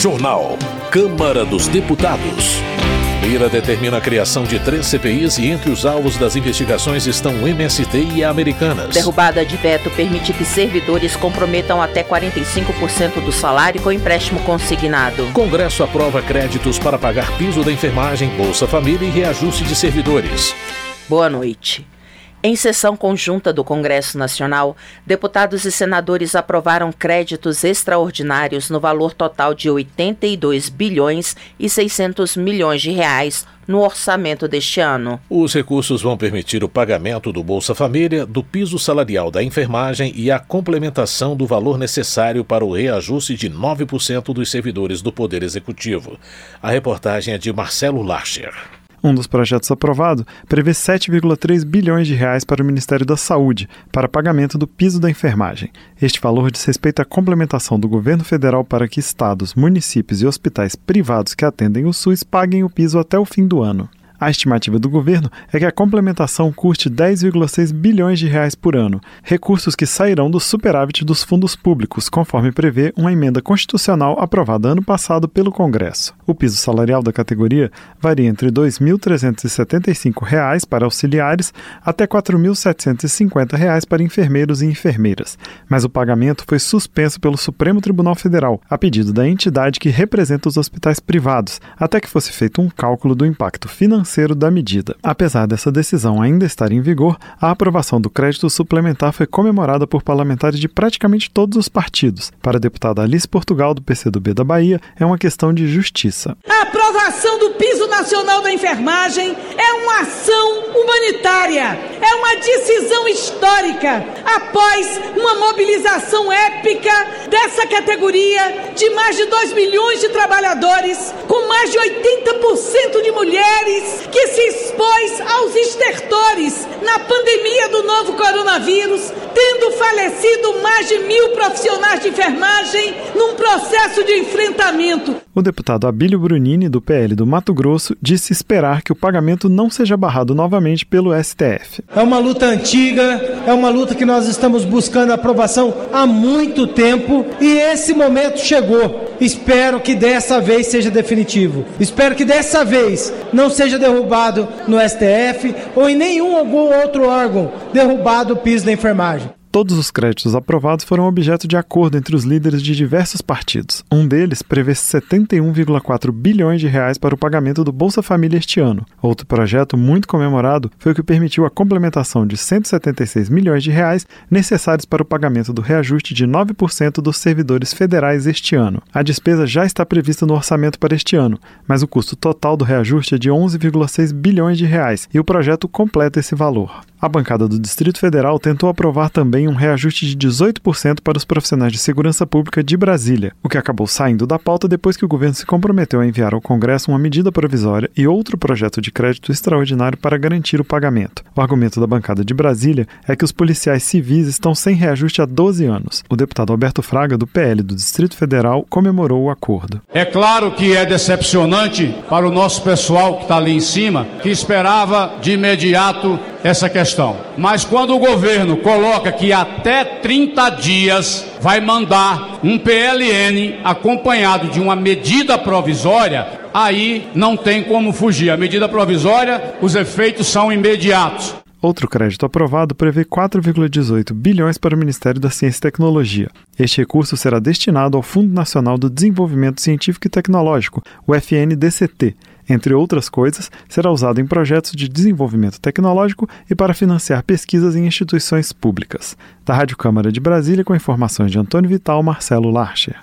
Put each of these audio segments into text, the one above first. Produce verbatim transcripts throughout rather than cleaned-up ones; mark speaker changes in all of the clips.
Speaker 1: Jornal. Câmara dos Deputados. Lira determina a criação de três C P Is e entre os alvos das investigações estão o M S T e a Americanas.
Speaker 2: Derrubada de veto permite que servidores comprometam até quarenta e cinco por cento do salário com empréstimo consignado.
Speaker 1: Congresso aprova créditos para pagar piso da enfermagem, Bolsa Família e reajuste de servidores.
Speaker 2: Boa noite. Em sessão conjunta do Congresso Nacional, deputados e senadores aprovaram créditos extraordinários no valor total de oitenta e dois bilhões e seiscentos milhões de reais no orçamento deste ano.
Speaker 1: Os recursos vão permitir o pagamento do Bolsa Família, do piso salarial da enfermagem e a complementação do valor necessário para o reajuste de nove por cento dos servidores do Poder Executivo. A reportagem é de Marcelo Larcher.
Speaker 3: Um dos projetos aprovado prevê sete vírgula três bilhões de reais para o Ministério da Saúde, para pagamento do piso da enfermagem. Este valor diz respeito à complementação do governo federal para que estados, municípios e hospitais privados que atendem o SUS paguem o piso até o fim do ano. A estimativa do governo é que a complementação custe dez vírgula seis bilhões de reais por ano, recursos que sairão do superávit dos fundos públicos, conforme prevê uma emenda constitucional aprovada ano passado pelo Congresso. O piso salarial da categoria varia entre dois mil trezentos e setenta e cinco reais para auxiliares até quatro mil setecentos e cinquenta reais para enfermeiros e enfermeiras, mas o pagamento foi suspenso pelo Supremo Tribunal Federal, a pedido da entidade que representa os hospitais privados, até que fosse feito um cálculo do impacto financeiro da medida. Apesar dessa decisão ainda estar em vigor, a aprovação do crédito suplementar foi comemorada por parlamentares de praticamente todos os partidos. Para a deputada Alice Portugal, do P C do B da Bahia, é uma questão de justiça.
Speaker 4: A aprovação do piso nacional da enfermagem é uma ação humanitária, é uma decisão histórica, após uma mobilização épica dessa categoria de mais de dois milhões de trabalhadores, com mais de oitenta por cento de mulheres, que se expôs aos estertores na pandemia do novo coronavírus, tendo falecido mais de mil profissionais de enfermagem num processo de enfrentamento.
Speaker 3: O deputado Abílio Brunini, do P L do Mato Grosso, disse esperar que o pagamento não seja barrado novamente pelo S T F.
Speaker 5: É uma luta antiga, é uma luta que nós estamos buscando aprovação há muito tempo e esse momento chegou. Espero que dessa vez seja definitivo. Espero que dessa vez não seja derrubado no S T F ou em nenhum algum outro órgão derrubado o piso da enfermagem.
Speaker 3: Todos os créditos aprovados foram objeto de acordo entre os líderes de diversos partidos. Um deles prevê setenta e um vírgula quatro bilhões de reais para o pagamento do Bolsa Família este ano. Outro projeto muito comemorado foi o que permitiu a complementação de cento e setenta e seis milhões de reais necessários para o pagamento do reajuste de nove por cento dos servidores federais este ano. A despesa já está prevista no orçamento para este ano, mas o custo total do reajuste é de onze vírgula seis bilhões de reais e o projeto completa esse valor. A bancada do Distrito Federal tentou aprovar também um reajuste de dezoito por cento para os profissionais de segurança pública de Brasília, o que acabou saindo da pauta depois que o governo se comprometeu a enviar ao Congresso uma medida provisória e outro projeto de crédito extraordinário para garantir o pagamento. O argumento da bancada de Brasília é que os policiais civis estão sem reajuste há doze anos. O deputado Alberto Fraga, do P L do Distrito Federal, comemorou o acordo.
Speaker 6: É claro que é decepcionante para o nosso pessoal que está ali em cima, que esperava de imediato essa questão. Mas quando o governo coloca que até trinta dias vai mandar um P L N acompanhado de uma medida provisória, aí não tem como fugir. A medida provisória, os efeitos são imediatos.
Speaker 3: Outro crédito aprovado prevê quatro vírgula dezoito bilhões para o Ministério da Ciência e Tecnologia. Este recurso será destinado ao Fundo Nacional do Desenvolvimento Científico e Tecnológico, o F N D C T. Entre outras coisas, será usado em projetos de desenvolvimento tecnológico e para financiar pesquisas em instituições públicas. Da Rádio Câmara de Brasília, com informações de Antônio Vital, Marcelo Larcher.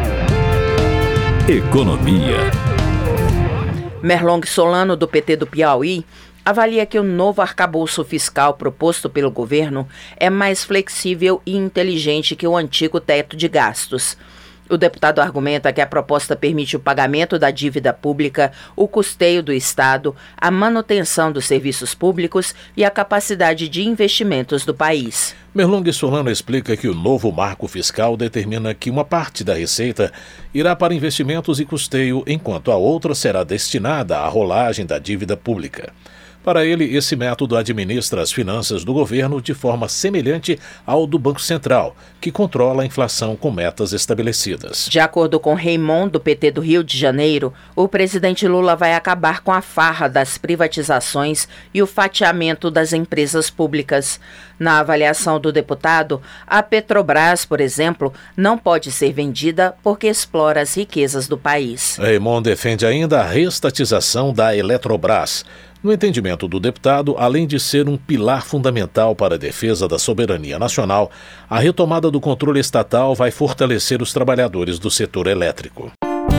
Speaker 1: Economia.
Speaker 2: Merlong Solano, do P T do Piauí, avalia que o novo arcabouço fiscal proposto pelo governo é mais flexível e inteligente que o antigo teto de gastos. O deputado argumenta que a proposta permite o pagamento da dívida pública, o custeio do Estado, a manutenção dos serviços públicos e a capacidade de investimentos do país.
Speaker 1: Merlong Solano explica que o novo marco fiscal determina que uma parte da receita irá para investimentos e custeio, enquanto a outra será destinada à rolagem da dívida pública. Para ele, esse método administra as finanças do governo de forma semelhante ao do Banco Central, que controla a inflação com metas estabelecidas.
Speaker 2: De acordo com Raymond, do P T do Rio de Janeiro, o presidente Lula vai acabar com a farra das privatizações e o fatiamento das empresas públicas. Na avaliação do deputado, a Petrobras, por exemplo, não pode ser vendida porque explora as riquezas do país.
Speaker 1: Raymond defende ainda a reestatização da Eletrobras. No entendimento do deputado, além de ser um pilar fundamental para a defesa da soberania nacional, a retomada do controle estatal vai fortalecer os trabalhadores do setor elétrico.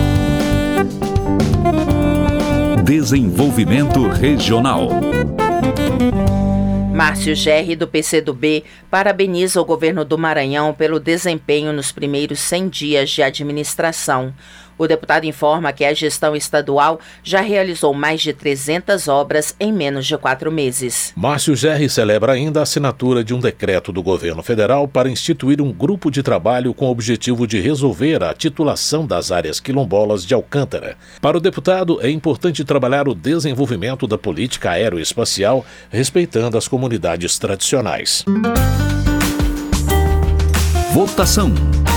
Speaker 7: Desenvolvimento Regional.
Speaker 2: Márcio Gerri, do P C do B, parabeniza o governo do Maranhão pelo desempenho nos primeiros cem dias de administração. O deputado informa que a gestão estadual já realizou mais de trezentas obras em menos de quatro meses.
Speaker 1: Márcio Gerri celebra ainda a assinatura de um decreto do governo federal para instituir um grupo de trabalho com o objetivo de resolver a titulação das áreas quilombolas de Alcântara. Para o deputado, é importante trabalhar o desenvolvimento da política aeroespacial, respeitando as comunidades tradicionais.
Speaker 7: Votação.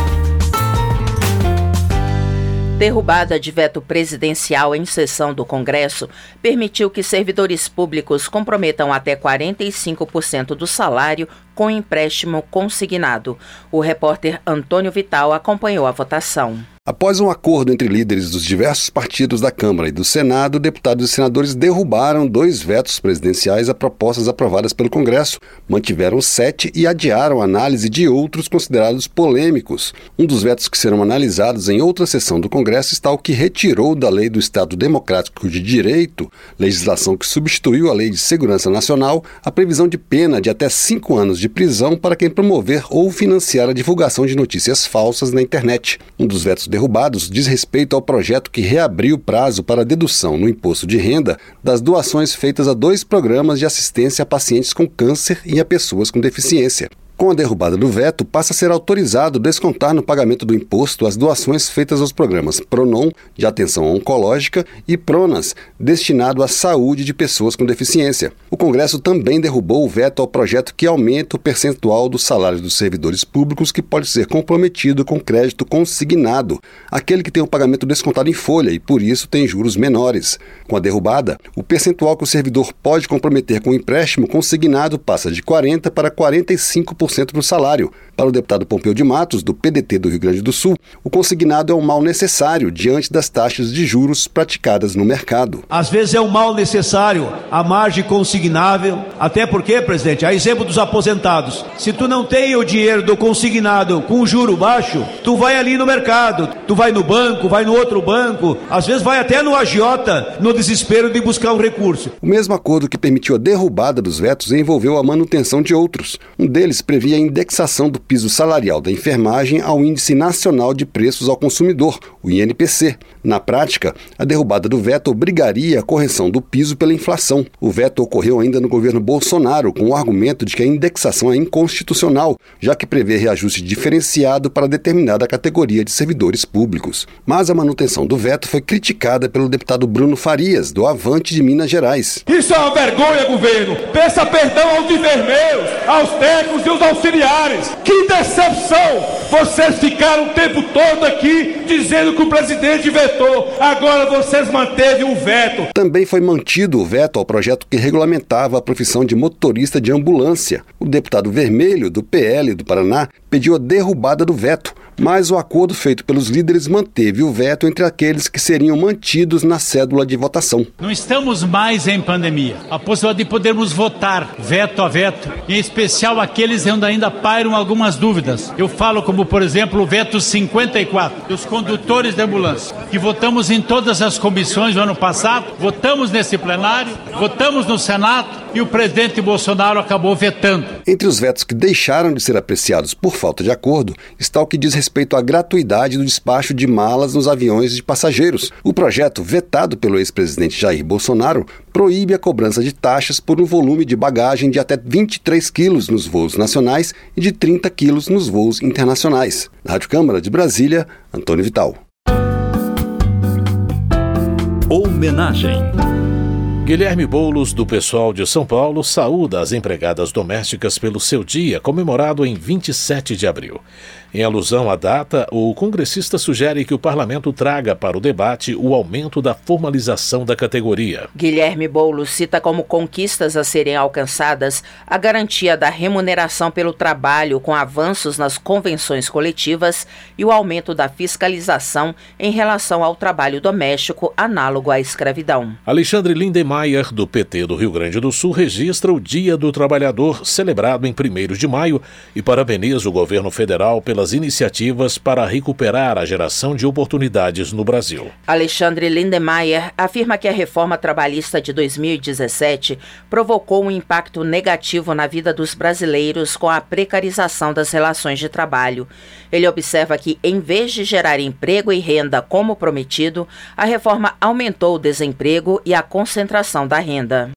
Speaker 2: Derrubada de veto presidencial em sessão do Congresso permitiu que servidores públicos comprometam até quarenta e cinco por cento do salário com empréstimo consignado. O repórter Antônio Vital acompanhou a votação.
Speaker 8: Após um acordo entre líderes dos diversos partidos da Câmara e do Senado, deputados e senadores derrubaram dois vetos presidenciais a propostas aprovadas pelo Congresso, mantiveram sete e adiaram a análise de outros considerados polêmicos. Um dos vetos que serão analisados em outra sessão do Congresso está o que retirou da Lei do Estado Democrático de Direito, legislação que substituiu a Lei de Segurança Nacional, a previsão de pena de até cinco anos de prisão para quem promover ou financiar a divulgação de notícias falsas na internet. Um dos vetos derrubados diz respeito ao projeto que reabriu o prazo para dedução no imposto de renda das doações feitas a dois programas de assistência a pacientes com câncer e a pessoas com deficiência. Com a derrubada do veto, passa a ser autorizado descontar no pagamento do imposto as doações feitas aos programas Pronom, de atenção oncológica, e Pronas, destinado à saúde de pessoas com deficiência. O Congresso também derrubou o veto ao projeto que aumenta o percentual do salário dos servidores públicos que pode ser comprometido com crédito consignado, aquele que tem o pagamento descontado em folha e, por isso, tem juros menores. Com a derrubada, o percentual que o servidor pode comprometer com o empréstimo consignado passa de quarenta por cento para quarenta e cinco por cento do salário. Para o deputado Pompeu de Matos, do P D T do Rio Grande do Sul, o consignado é um mal necessário diante das taxas de juros praticadas no mercado.
Speaker 9: Às vezes é um mal necessário a margem consignável, até porque, presidente, a exemplo dos aposentados, se tu não tem o dinheiro do consignado com juro baixo, tu vai ali no mercado, tu vai no banco, vai no outro banco, às vezes vai até no agiota, no desespero de buscar um recurso.
Speaker 8: O mesmo acordo que permitiu a derrubada dos vetos envolveu a manutenção de outros. Um deles previa a indexação do piso salarial da enfermagem ao Índice Nacional de Preços ao Consumidor, o I N P C. Na prática, a derrubada do veto obrigaria a correção do piso pela inflação. O veto ocorreu ainda no governo Bolsonaro, com o argumento de que a indexação é inconstitucional, já que prevê reajuste diferenciado para determinada categoria de servidores públicos. Mas a manutenção do veto foi criticada pelo deputado Bruno Farias, do Avante de Minas Gerais.
Speaker 10: Isso é uma vergonha, governo! Peça perdão aos enfermeiros, aos técnicos e aos auxiliares. Que decepção! Vocês ficaram o tempo todo aqui dizendo que o presidente vetou. Agora vocês manteve o veto.
Speaker 8: Também foi mantido o veto ao projeto que regulamentava a profissão de motorista de ambulância. O deputado Vermelho, do P L do Paraná, pediu a derrubada do veto, mas o acordo feito pelos líderes manteve o veto entre aqueles que seriam mantidos na cédula de votação.
Speaker 11: Não estamos mais em pandemia. A possibilidade de podermos votar veto a veto, em especial aqueles onde ainda pairam algumas dúvidas. Eu falo como, por exemplo, o veto cinquenta e quatro dos condutores de ambulância, que votamos em todas as comissões no ano passado, votamos nesse plenário, votamos no Senado e o presidente Bolsonaro acabou vetando.
Speaker 8: Entre os vetos que deixaram de ser apreciados por falta de acordo está o que diz respeito à gratuidade do despacho de malas nos aviões de passageiros. O projeto, vetado pelo ex-presidente Jair Bolsonaro, proíbe a cobrança de taxas por um volume de bagagem de até vinte e três quilos nos voos nacionais e de trinta quilos nos voos internacionais. Na Rádio Câmara de Brasília, Antônio Vital.
Speaker 7: Homenagem.
Speaker 1: Guilherme Boulos, do Pessoal de São Paulo, saúda as empregadas domésticas pelo seu dia, comemorado em vinte e sete de abril. Em alusão à data, o congressista sugere que o parlamento traga para o debate o aumento da formalização da categoria.
Speaker 2: Guilherme Boulos cita como conquistas a serem alcançadas a garantia da remuneração pelo trabalho com avanços nas convenções coletivas e o aumento da fiscalização em relação ao trabalho doméstico análogo à escravidão.
Speaker 1: Alexandre Lindemeyer, do P T do Rio Grande do Sul, registra o Dia do Trabalhador, celebrado em primeiro de maio, e parabeniza o governo federal pelas iniciativas para recuperar a geração de oportunidades no Brasil.
Speaker 2: Alexandre Lindemeyer afirma que a reforma trabalhista de dois mil e dezessete provocou um impacto negativo na vida dos brasileiros com a precarização das relações de trabalho. Ele observa que, em vez de gerar emprego e renda como prometido, a reforma aumentou o desemprego e a concentração da renda.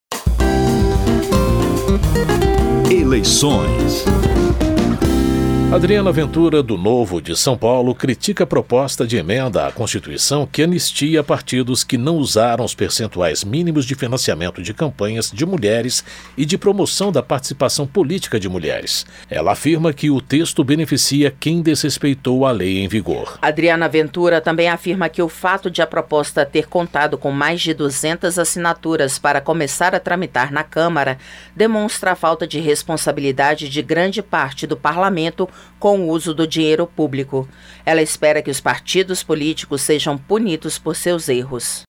Speaker 7: Eleições.
Speaker 1: Adriana Ventura, do Novo de São Paulo, critica a proposta de emenda à Constituição que anistia partidos que não usaram os percentuais mínimos de financiamento de campanhas de mulheres e de promoção da participação política de mulheres. Ela afirma que o texto beneficia quem desrespeitou a lei em vigor.
Speaker 2: Adriana Ventura também afirma que o fato de a proposta ter contado com mais de duzentas assinaturas para começar a tramitar na Câmara demonstra a falta de responsabilidade de grande parte do parlamento com o uso do dinheiro público. Ela espera que os partidos políticos sejam punidos por seus erros.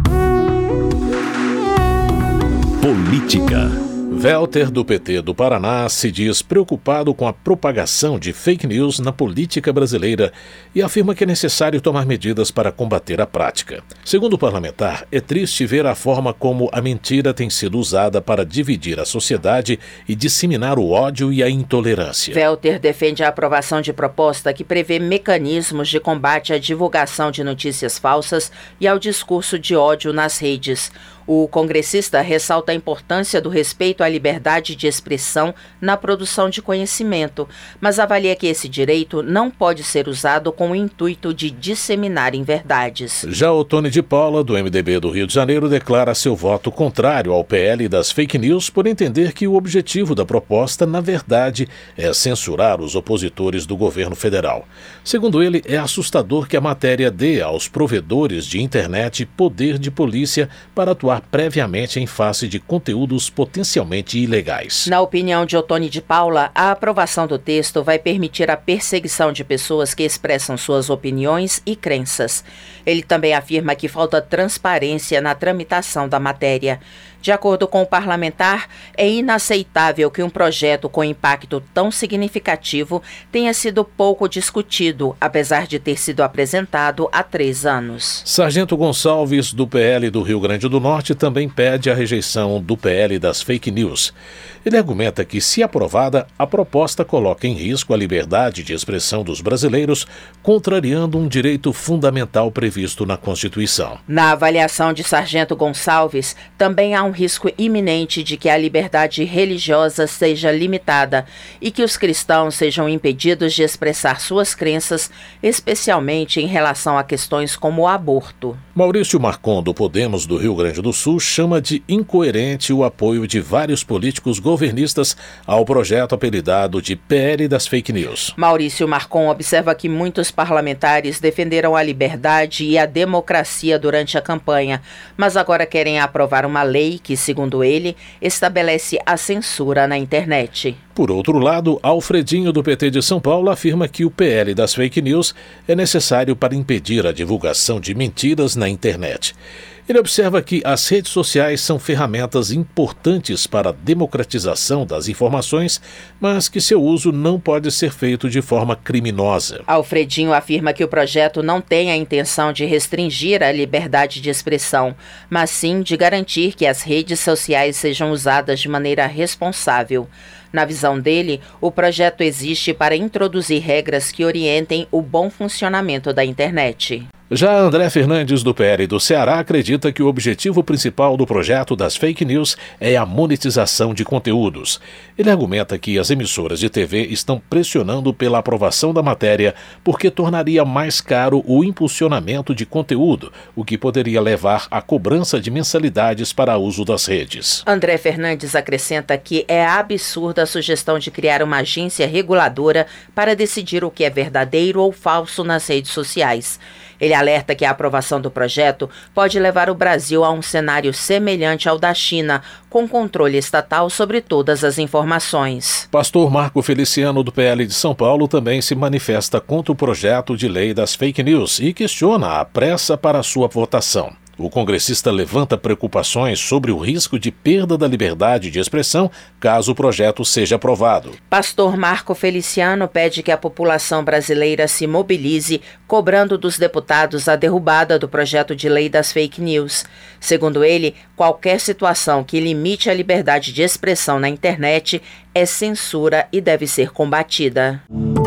Speaker 7: Política.
Speaker 1: Welter, do P T do Paraná, se diz preocupado com a propagação de fake news na política brasileira e afirma que é necessário tomar medidas para combater a prática. Segundo o parlamentar, é triste ver a forma como a mentira tem sido usada para dividir a sociedade e disseminar o ódio e a intolerância.
Speaker 2: Welter defende a aprovação de proposta que prevê mecanismos de combate à divulgação de notícias falsas e ao discurso de ódio nas redes. O congressista ressalta a importância do respeito à liberdade de expressão na produção de conhecimento, mas avalia que esse direito não pode ser usado com o intuito de disseminar inverdades.
Speaker 1: Já o Tony de Paula, do M D B do Rio de Janeiro, declara seu voto contrário ao P L das fake news por entender que o objetivo da proposta, na verdade, é censurar os opositores do governo federal. Segundo ele, é assustador que a matéria dê aos provedores de internet poder de polícia para atuar previamente em face de conteúdos potencialmente ilegais.
Speaker 2: Na opinião de Otônio de Paula, a aprovação do texto vai permitir a perseguição de pessoas que expressam suas opiniões e crenças. Ele também afirma que falta transparência na tramitação da matéria. De acordo com o parlamentar, é inaceitável que um projeto com impacto tão significativo tenha sido pouco discutido, apesar de ter sido apresentado há três anos.
Speaker 1: Sargento Gonçalves, do P L do Rio Grande do Norte, também pede a rejeição do P L das fake news. Ele argumenta que, se aprovada, a proposta coloca em risco a liberdade de expressão dos brasileiros, contrariando um direito fundamental previsto na Constituição.
Speaker 2: Na avaliação de Sargento Gonçalves, também há um risco iminente de que a liberdade religiosa seja limitada e que os cristãos sejam impedidos de expressar suas crenças, especialmente em relação a questões como o aborto.
Speaker 1: Maurício Marcon, do Podemos do Rio Grande do Sul, chama de incoerente o apoio de vários políticos governistas ao projeto apelidado de P L das fake news.
Speaker 2: Maurício Marcon observa que muitos parlamentares defenderam a liberdade e a democracia durante a campanha, mas agora querem aprovar uma lei que, segundo ele, estabelece a censura na internet.
Speaker 1: Por outro lado, Alfredinho, do P T de São Paulo, afirma que o P L das fake news é necessário para impedir a divulgação de mentiras na internet. Ele observa que as redes sociais são ferramentas importantes para a democratização das informações, mas que seu uso não pode ser feito de forma criminosa.
Speaker 2: Alfredinho afirma que o projeto não tem a intenção de restringir a liberdade de expressão, mas sim de garantir que as redes sociais sejam usadas de maneira responsável. Na visão dele, o projeto existe para introduzir regras que orientem o bom funcionamento da internet.
Speaker 1: Já André Fernandes, do P L do Ceará, acredita que o objetivo principal do projeto das fake news é a monetização de conteúdos. Ele argumenta que as emissoras de T V estão pressionando pela aprovação da matéria porque tornaria mais caro o impulsionamento de conteúdo, o que poderia levar à cobrança de mensalidades para uso das redes.
Speaker 2: André Fernandes acrescenta que é absurda a sugestão de criar uma agência reguladora para decidir o que é verdadeiro ou falso nas redes sociais. Ele alerta que a aprovação do projeto pode levar o Brasil a um cenário semelhante ao da China, com controle estatal sobre todas as informações.
Speaker 1: Pastor Marco Feliciano, do P L de São Paulo, também se manifesta contra o projeto de lei das fake news e questiona a pressa para sua votação. O congressista levanta preocupações sobre o risco de perda da liberdade de expressão caso o projeto seja aprovado.
Speaker 2: Pastor Marco Feliciano pede que a população brasileira se mobilize, cobrando dos deputados a derrubada do projeto de lei das fake news. Segundo ele, qualquer situação que limite a liberdade de expressão na internet é censura e deve ser combatida.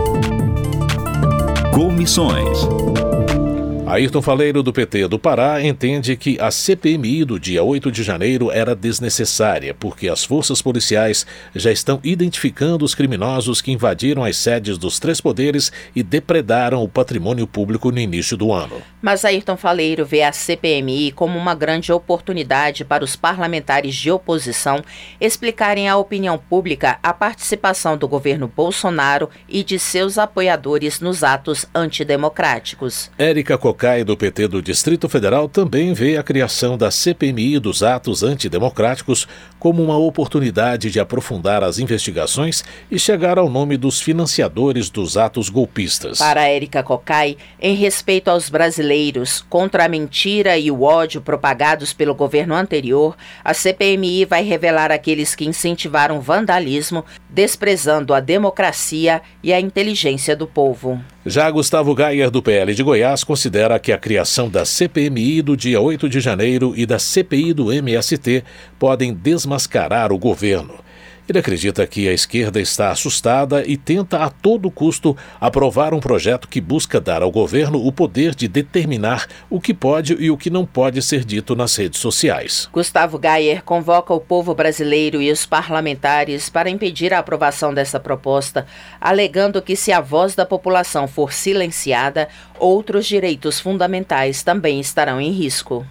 Speaker 7: Comissões.
Speaker 1: Ayrton Faleiro, do P T do Pará, entende que a C P M I do dia oito de janeiro era desnecessária, porque as forças policiais já estão identificando os criminosos que invadiram as sedes dos três poderes e depredaram o patrimônio público no início do ano.
Speaker 2: Mas Ayrton Faleiro vê a C P M I como uma grande oportunidade para os parlamentares de oposição explicarem à opinião pública a participação do governo Bolsonaro e de seus apoiadores nos atos antidemocráticos.
Speaker 1: Érica Cocai, do P T do Distrito Federal, também vê a criação da C P M I dos atos antidemocráticos como uma oportunidade de aprofundar as investigações e chegar ao nome dos financiadores dos atos golpistas.
Speaker 2: Para Érica Cocai, em respeito aos brasileiros contra a mentira e o ódio propagados pelo governo anterior, a C P M I vai revelar aqueles que incentivaram o vandalismo, desprezando a democracia e a inteligência do povo.
Speaker 1: Já Gustavo Gayer, do P L de Goiás, considera que a criação da C P M I do dia oito de janeiro e da C P I do M S T podem desmascarar o governo. Ele acredita que a esquerda está assustada e tenta a todo custo aprovar um projeto que busca dar ao governo o poder de determinar o que pode e o que não pode ser dito nas redes sociais.
Speaker 2: Gustavo Gayer convoca o povo brasileiro e os parlamentares para impedir a aprovação dessa proposta, alegando que se a voz da população for silenciada, outros direitos fundamentais também estarão em risco.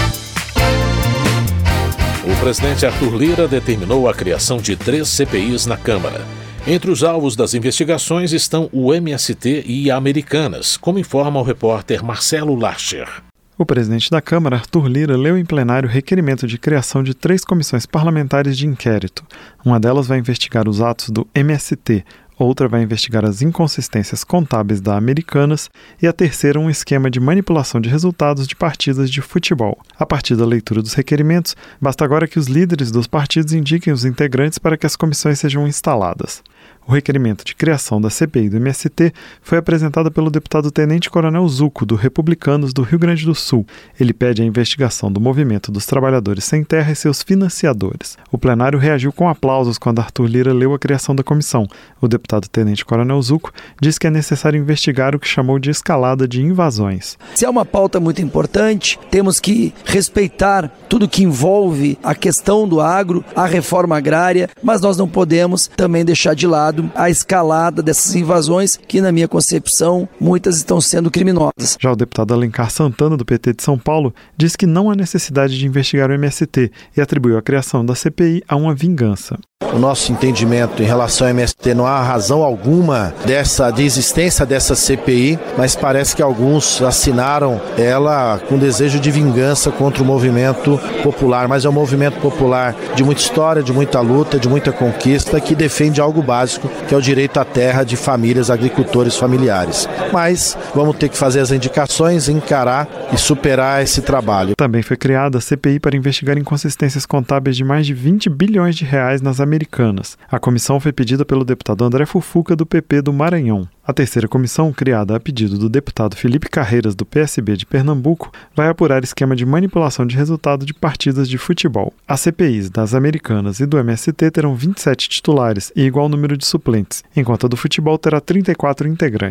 Speaker 1: O presidente Arthur Lira determinou a criação de três C P Is na Câmara. Entre os alvos das investigações estão o M S T e a Americanas, como informa o repórter Marcelo Larcher.
Speaker 3: O presidente da Câmara, Arthur Lira, leu em plenário o requerimento de criação de três comissões parlamentares de inquérito. Uma delas vai investigar os atos do M S T, outra vai investigar as inconsistências contábeis da Americanas e a terceira um esquema de manipulação de resultados de partidas de futebol. A partir da leitura dos requerimentos, basta agora que os líderes dos partidos indiquem os integrantes para que as comissões sejam instaladas. O requerimento de criação da C P I do M S T foi apresentado pelo deputado Tenente Coronel Zucco, do Republicanos do Rio Grande do Sul. Ele pede a investigação do movimento dos trabalhadores sem terra e seus financiadores. O plenário reagiu com aplausos quando Arthur Lira leu a criação da comissão. O deputado Tenente Coronel Zucco diz que é necessário investigar o que chamou de escalada de invasões.
Speaker 12: Se é uma pauta muito importante, temos que respeitar tudo que envolve a questão do agro, a reforma agrária, mas nós não podemos também deixar de lado a escalada dessas invasões, que na minha concepção, muitas estão sendo criminosas.
Speaker 3: Já o deputado Alencar Santana, do P T de São Paulo, diz que não há necessidade de investigar o M S T e atribuiu a criação da C P I a uma vingança.
Speaker 13: O nosso entendimento em relação ao M S T, não há razão alguma dessa, de existência dessa C P I, mas parece que alguns assinaram ela com desejo de vingança contra o movimento popular, mas é um movimento popular de muita história, de muita luta, de muita conquista, que defende algo básico, que é o direito à terra de famílias, agricultores familiares. Mas vamos ter que fazer as indicações, encarar e superar esse trabalho.
Speaker 3: Também foi criada a C P I para investigar inconsistências contábeis de mais de vinte bilhões de reais nas Americanas. A comissão foi pedida pelo deputado André Fufuca, do P P do Maranhão. A terceira comissão, criada a pedido do deputado Felipe Carreiras, do P S B de Pernambuco, vai apurar esquema de manipulação de resultado de partidas de futebol. As C P Is das Americanas e do M S T terão vinte e sete titulares e igual número de suplentes, enquanto a do futebol terá trinta e quatro integrantes.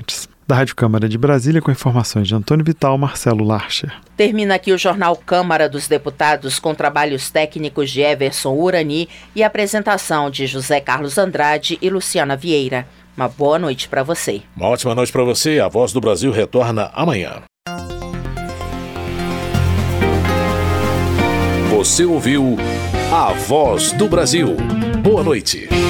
Speaker 3: Da Rádio Câmara de Brasília, com informações de Antônio Vital, Marcelo Larcher.
Speaker 2: Termina aqui o Jornal Câmara dos Deputados com trabalhos técnicos de Everson Urani e apresentação de José Carlos Andrade e Luciana Vieira. Uma boa noite para você.
Speaker 1: Uma ótima noite para você. A Voz do Brasil retorna amanhã. Você ouviu A Voz do Brasil. Boa noite.